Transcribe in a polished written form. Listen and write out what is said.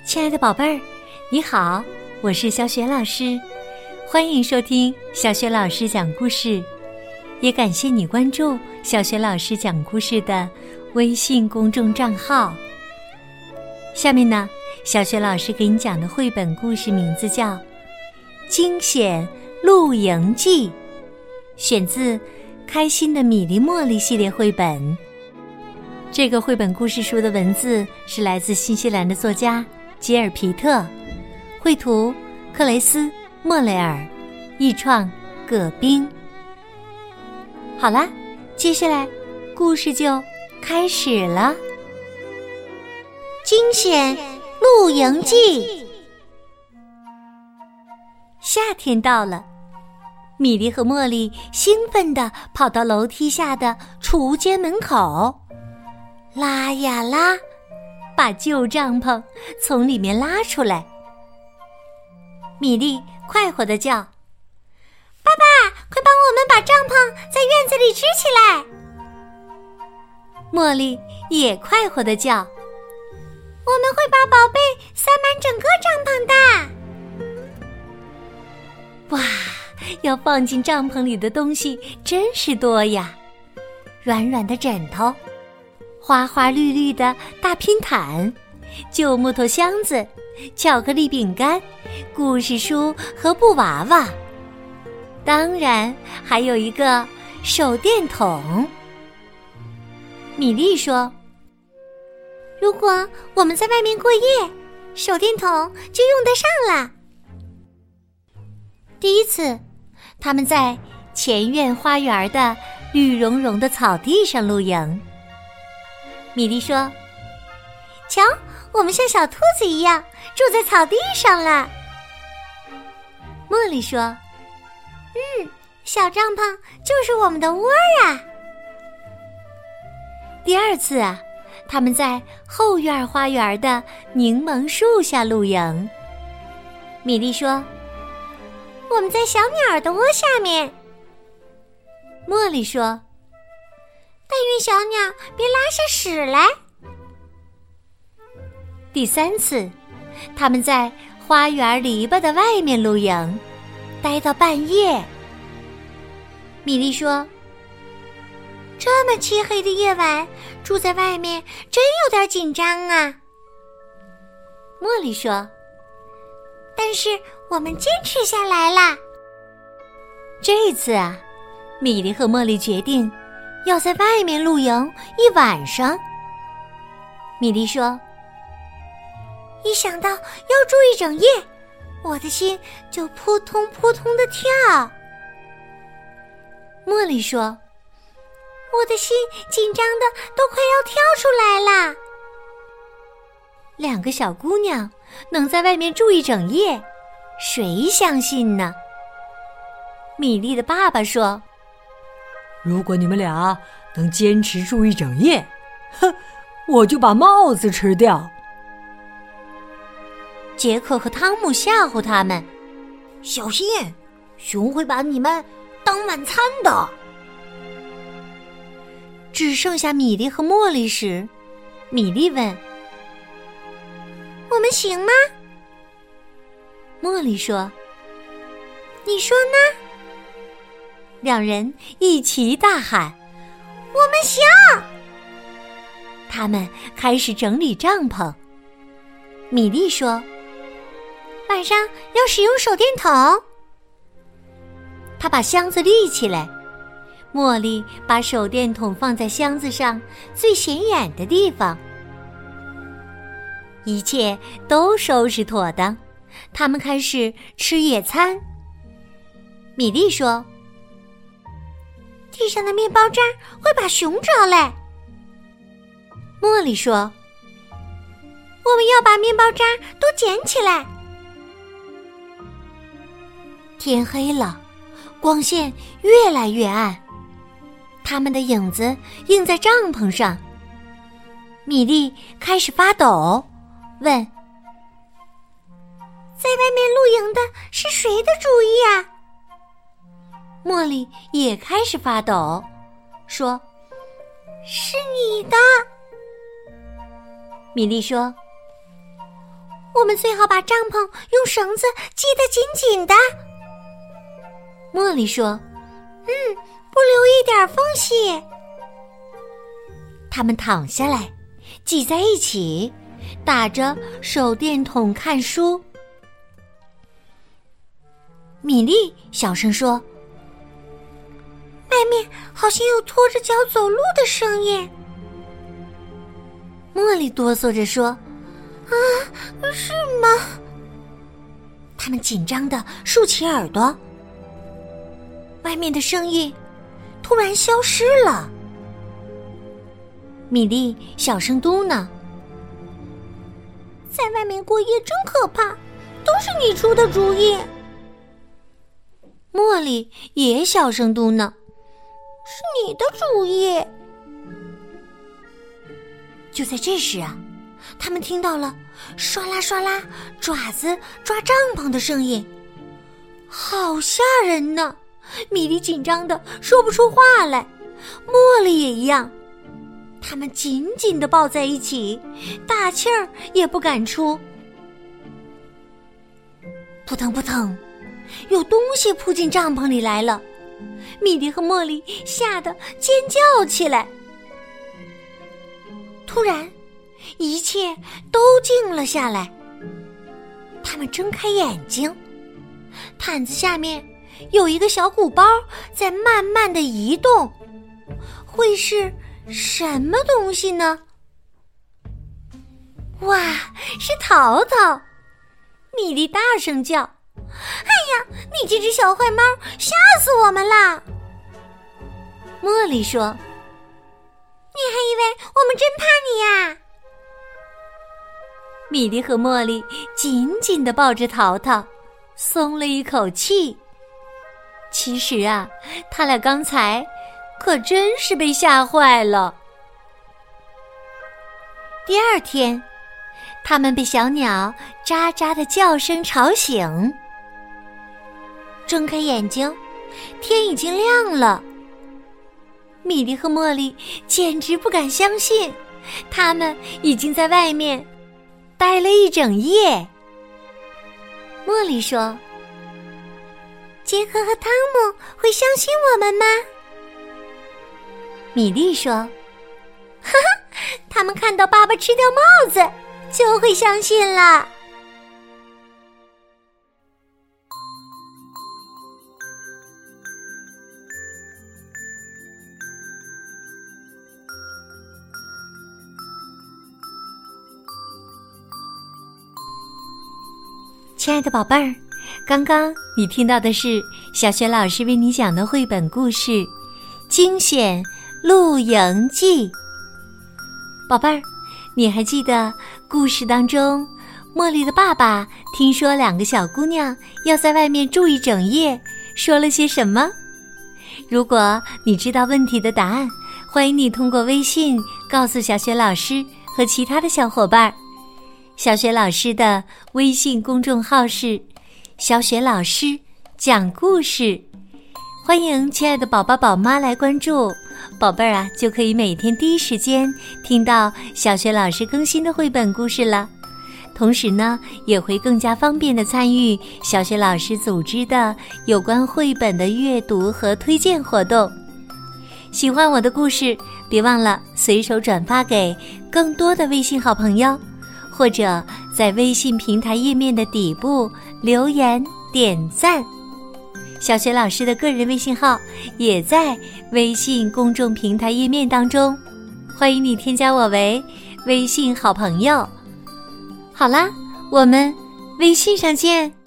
亲爱的宝贝儿，你好，我是小雪老师，欢迎收听小雪老师讲故事，也感谢你关注小雪老师讲故事的微信公众账号。下面呢，小雪老师给你讲的绘本故事名字叫《惊险露营记》，选自《开心的米粒茉莉》系列绘本。这个绘本故事书的文字是来自新西兰的作家吉尔皮特，绘图克雷斯莫雷尔，译创葛冰。好了，接下来故事就开始了。 惊险露营记。 夏天到了，米莉和茉莉兴奋地跑到楼梯下的储物间门口，拉呀拉，把旧帐篷从里面拉出来。米莉快活地叫： 爸爸，快帮我们把帐篷在院子里支起来。 茉莉也快活地叫： 我们会把宝贝塞满整个帐篷的。 哇，要放进帐篷里的东西真是多呀！软软的枕头，花花绿绿的大拼毯，旧木头箱子，巧克力饼干，故事书和布娃娃，当然还有一个手电筒。米莉说： 如果我们在外面过夜，手电筒就用得上了。 第一次，他们在前院花园的绿茸茸的草地上露营。米莉说： 瞧，我们像小兔子一样住在草地上了。 茉莉说： 小帐篷就是我们的窝儿啊。 第二次啊，他们在后院花园的柠檬树下露营。米莉说： 我们在小鸟的窝下面。 茉莉说： 但愿小鸟别拉下屎来。 第三次，他们在花园篱笆的外面露营，待到半夜。米莉说： 这么漆黑的夜晚，住在外面真有点紧张啊。 茉莉说： 但是我们坚持下来啦。 这次啊，米莉和茉莉决定要在外面露营一晚上。米莉说： 一想到要住一整夜，我的心就扑通扑通地跳。 茉莉说： 我的心紧张的都快要跳出来啦。 两个小姑娘能在外面住一整夜，谁相信呢？米莉的爸爸说： 如果你们俩能坚持住一整夜，我就把帽子吃掉。 杰克和汤姆吓唬他们： 小心，熊会把你们当晚餐的。 只剩下米莉和茉莉时，米莉问： 我们行吗？ 茉莉说： 你说呢？ 两人一起大喊： 我们行！ 他们开始整理帐篷。米莉说： 晚上要使用手电筒。 她把箱子立起来，茉莉把手电筒放在箱子上最显眼的地方。一切都收拾妥当，他们开始吃野餐。米莉说： 地上的面包渣会把熊找来。 茉莉说： 我们要把面包渣都捡起来。 天黑了，光线越来越暗，他们的影子映在帐篷上。米莉开始发抖，问： 在外面露营的是谁的主意啊？ 茉莉也开始发抖，说： 是你的。 米莉说： 我们最好把帐篷用绳子系得紧紧的。 茉莉说：“ 不留一点缝隙。” 他们躺下来，挤在一起，打着手电筒看书。米莉小声说：“ 外面好像有拖着脚走路的声音。” 茉莉哆嗦着说：“ 是吗？” 他们紧张地竖起耳朵。外面的声音突然消失了。米莉小声嘟囔：“ 在外面过夜真可怕，都是你出的主意。” 茉莉也小声嘟囔：“ 是你的主意。” 就在这时啊，他们听到了唰啦唰啦爪子抓帐篷的声音，好吓人呢！米莉紧张的说不出话来，茉莉也一样，他们紧紧地抱在一起，大气儿也不敢出。扑腾扑腾，有东西扑进帐篷里来了，米莉和茉莉吓得尖叫起来。突然，一切都静了下来。他们睁开眼睛，毯子下面有一个小鼓包在慢慢地移动，会是什么东西呢？哇，是淘淘！米莉大声叫：“ 哎呀，你这只小坏猫，吓死我们啦！” 茉莉说：“ 你还以为我们真怕你呀？” 米莉和茉莉紧紧地抱着淘淘，松了一口气。其实啊，他俩刚才可真是被吓坏了。第二天，他们被小鸟喳喳的叫声吵醒。睁开眼睛，天已经亮了。米莉和茉莉简直不敢相信，他们已经在外面待了一整夜。茉莉说：“ 杰克和汤姆会相信我们吗？” 米莉说：“ 哈哈，他们看到爸爸吃掉帽子，就会相信了。” 亲爱的宝贝儿，刚刚你听到的是小雪老师为你讲的绘本故事《惊险露营记》。宝贝儿，你还记得故事当中茉莉的爸爸听说两个小姑娘要在外面住一整夜，说了些什么？如果你知道问题的答案，欢迎你通过微信告诉小雪老师和其他的小伙伴。小雪老师的微信公众号是小雪老师讲故事，欢迎亲爱的宝宝宝妈来关注，宝贝儿啊就可以每天第一时间听到小雪老师更新的绘本故事了。同时呢，也会更加方便地参与小雪老师组织的有关绘本的阅读和推荐活动。喜欢我的故事，别忘了随手转发给更多的微信好朋友，或者在微信平台页面的底部留言点赞。小雪老师的个人微信号也在微信公众平台页面当中，欢迎你添加我为微信好朋友。好啦，我们微信上见。